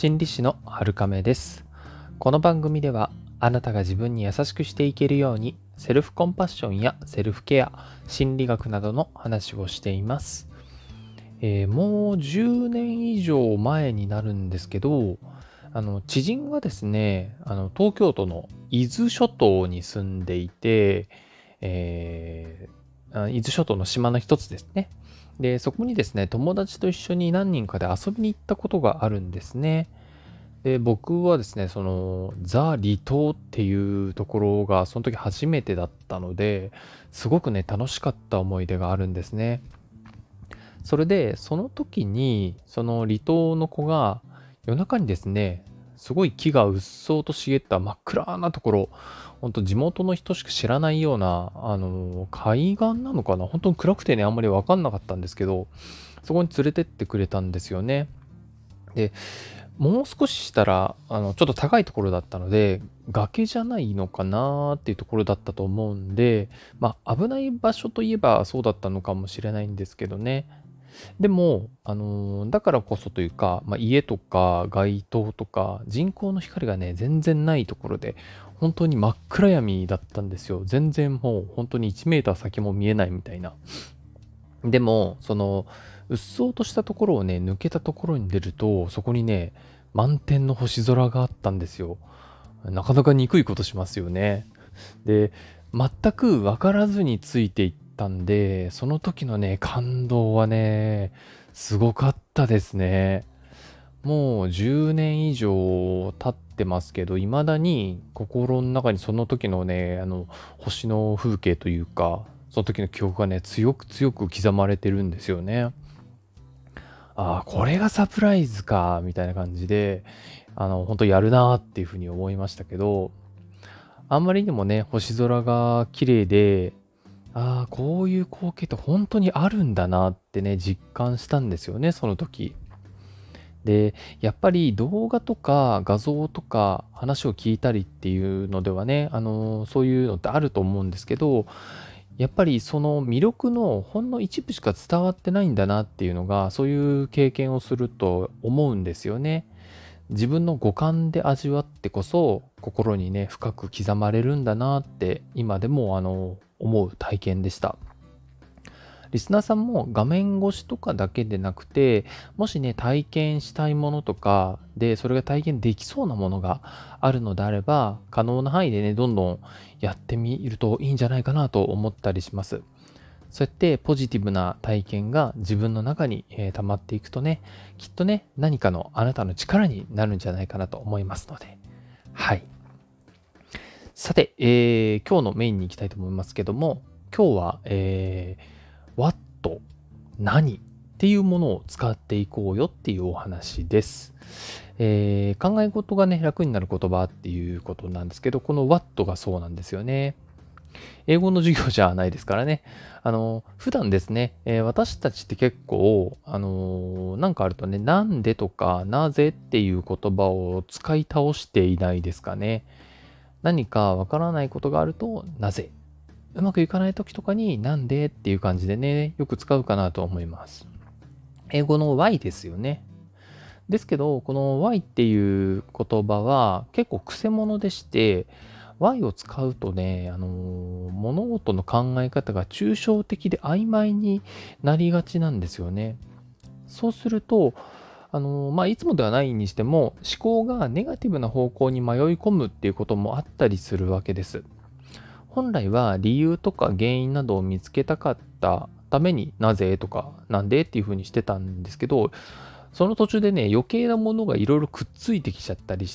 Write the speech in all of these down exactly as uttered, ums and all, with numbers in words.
心理師の春亀です。この番組ではあなたが自分に優しくしていけるようにセルフコンパッションやセルフケア、心理学などの話をしています。えーもうじゅうねん以上前になるんですけど、あの知人がですね、あの東京都の伊豆諸島に住んでいて、えーあ伊豆諸島の島の一つですね。で、そこにですね、友達と一緒に何人かで遊びに行ったことがあるんですね。で、僕はですね、その、ザ・離島っていうところが、その時初めてだったので、すごくね、楽しかった思い出があるんですね。それで、その時に、その離島の子が、夜中にですね、すごい木がうっそうと茂った真っ暗なところ、ほんと地元の人しか知らないような、あの、海岸なのかな、本当に暗くてね、あんまりわかんなかったんですけど、そこに連れてってくれたんですよね。で、もう少ししたら、あの、ちょっと高いところだったので、崖じゃないのかなっていうところだったと思うんで、まあ、危ない場所といえばそうだったのかもしれないんですけどね。でも、あのーだからこそというか、まあ、家とか街灯とか人工の光がね、全然ないところで、本当に真っ暗闇だったんですよ。全然もう本当にいちメーター先も見えないみたいな。でも、その、うっそうとしたところをね、抜けたところに出ると、そこにね、満天の星空があったんですよ。なかなか憎いことしますよね。で、全く分からずについていったんで、その時のね、感動はね、すごかったですね。もうじゅうねん以上経ってますけど、未だに心の中にその時のね、あの、星の風景というか、その時の記憶がね、強く強く刻まれてるんですよね。ああ、これがサプライズか、みたいな感じで、あの、本当やるなーっていうふうに思いましたけど、あんまりにもね、星空が綺麗で、ああ、こういう光景って本当にあるんだなってね、実感したんですよね、その時。で、やっぱり動画とか画像とか話を聞いたりっていうのではね、あの、そういうのってあると思うんですけど、やっぱりその魅力のほんの一部しか伝わってないんだなっていうのが、そういう経験をすると思うんですよね。自分の五感で味わってこそ、心にね、深く刻まれるんだなって、今でもあの、思う体験でした。リスナーさんも画面越しとかだけでなくて、もしね、体験したいものとかで、それが体験できそうなものがあるのであれば、可能な範囲でね、どんどんやってみるといいんじゃないかなと思ったりします。そうやってポジティブな体験が自分の中に、えー溜まっていくとね、きっとね、何かのあなたの力になるんじゃないかなと思いますので。はい。さて、えー今日のメインに行きたいと思いますけども、今日は、えー、What 何っていうものを使っていこうよっていうお話です。えー考え事がね、楽になる言葉っていうことなんですけど、この What がそうなんですよね。英語の授業じゃないですからね。あの、普段ですね、えー私たちって結構、あのーなんかあるとね、なんでとか、なぜっていう言葉を使い倒していないですかね。何かわからないことがあると、なぜ。うまくいかない時とかに、なんでっていう感じでね、よく使うかなと思います。英語の why ですよね。ですけど、この why っていう言葉は結構癖者でして、why を使うとね、あのー物事の考え方が抽象的で曖昧になりがちなんですよね。そうすると、あのーまあ、いつもではないにしても、思考がネガティブな方向に迷い込むっていうこともあったりするわけです。本来は理由とか原因などを見つけたかったためになぜとかなんでっていう風にしてたんですけど、その途中でね、余計なものがいろいろくっついてきちゃったりして、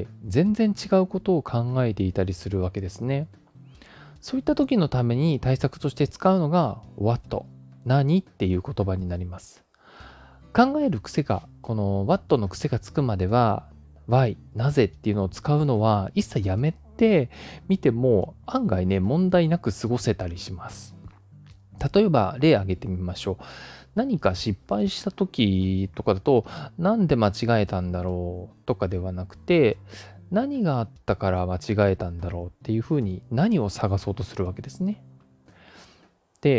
全然違うことを考えていたりするわけですね。そういった時のために対策として使うのが What 何っていう言葉になります。考える癖が、この What の癖がつくまでは Why なぜっていうのを使うのは一切やめてみても案外ね、問題なく過ごせたりします。例えば例挙げてみましょう。何か失敗した時とかだと、なんで間違えたんだろうとかではなくて、何があったから間違えたんだろうっていうふうに何を探そうとするわけですね。で、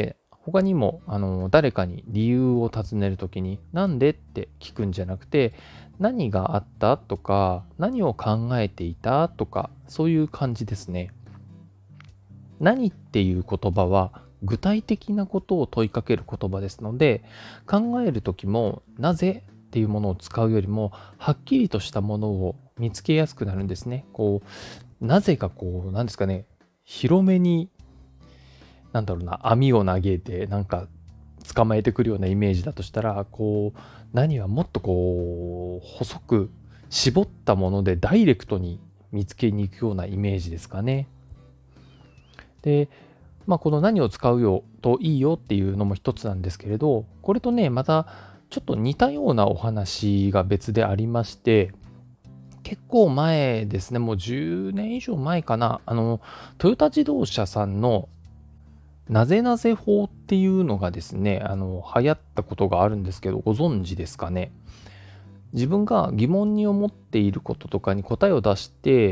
他にもあの誰かに理由を尋ねるときになんでって聞くんじゃなくて、何があったとか、何を考えていたとか、そういう感じですね。何っていう言葉は具体的なことを問いかける言葉ですので、考えるときもなぜっていうものを使うよりもはっきりとしたものを見つけやすくなるんですね。こうなぜかこうなんですかね、広めになんだろうな、網を投げてなんか捕まえてくるようなイメージだとしたら、こう何はもっとこう細く絞ったものでダイレクトに見つけに行くようなイメージですかね。で、まあ、この何を使うよといいよっていうのも一つなんですけれど、これとねまたちょっと似たようなお話が別でありまして、結構前ですね、もうじゅうねん以上前かな、あのトヨタ自動車さんのなぜなぜ法っていうのがですね、あの流行ったことがあるんですけど、ご存知ですかね。自分が疑問に思っていることとかに答えを出して、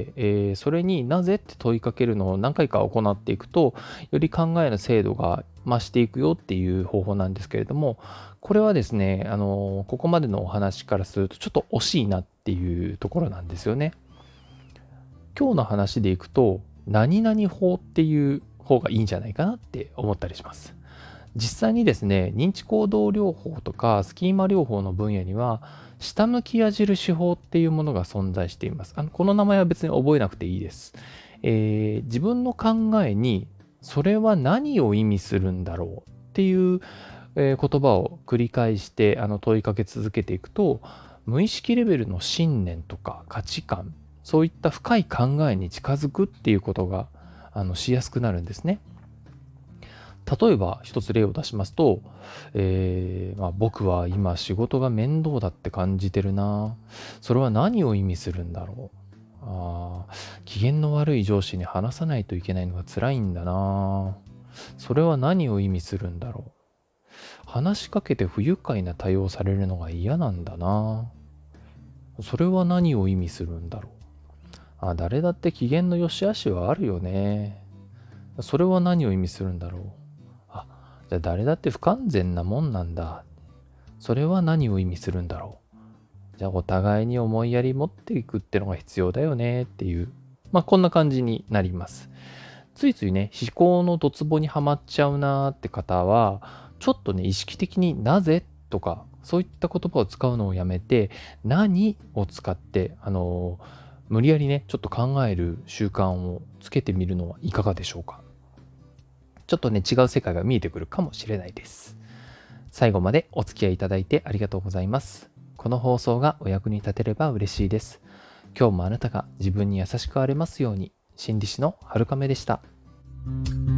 えーそれになぜって問いかけるのを何回か行っていくと、より考えの精度が増していくよっていう方法なんですけれども、これはですね、あのここまでのお話からするとちょっと惜しいなっていうところなんですよね。今日の話でいくと、何々法っていう方がいいんじゃないかなって思ったりします。実際にですね、認知行動療法とかスキーマ療法の分野には、下向き矢印法っていうものが存在しています。あのこの名前は別に覚えなくていいです。えー自分の考えに、それは何を意味するんだろうっていう、えー言葉を繰り返してあの問いかけ続けていくと、無意識レベルの信念とか価値観、そういった深い考えに近づくっていうことがあのしやすくなるんですね。例えば一つ例を出しますと、えーまあ、僕は今仕事が面倒だって感じてるな。それは何を意味するんだろう。あー機嫌の悪い上司に話さないといけないのが辛いんだな。それは何を意味するんだろう。話しかけて不愉快な対応されるのが嫌なんだな。それは何を意味するんだろう。あ、誰だって機嫌の良し悪しはあるよね。それは何を意味するんだろう。あ、じゃあ誰だって不完全なもんなんだ。それは何を意味するんだろう。じゃあお互いに思いやり持っていくってのが必要だよねっていう。まあこんな感じになります。ついついね、思考のドツボにはまっちゃうなーって方は、ちょっとね、意識的になぜとか、そういった言葉を使うのをやめて、何を使って、あのー無理やりね、ちょっと考える習慣をつけてみるのはいかがでしょうか。ちょっとね、違う世界が見えてくるかもしれないです。最後までお付き合いいただいてありがとうございます。この放送がお役に立てれば嬉しいです。今日もあなたが自分に優しくあれますように。心理師の春亀でした。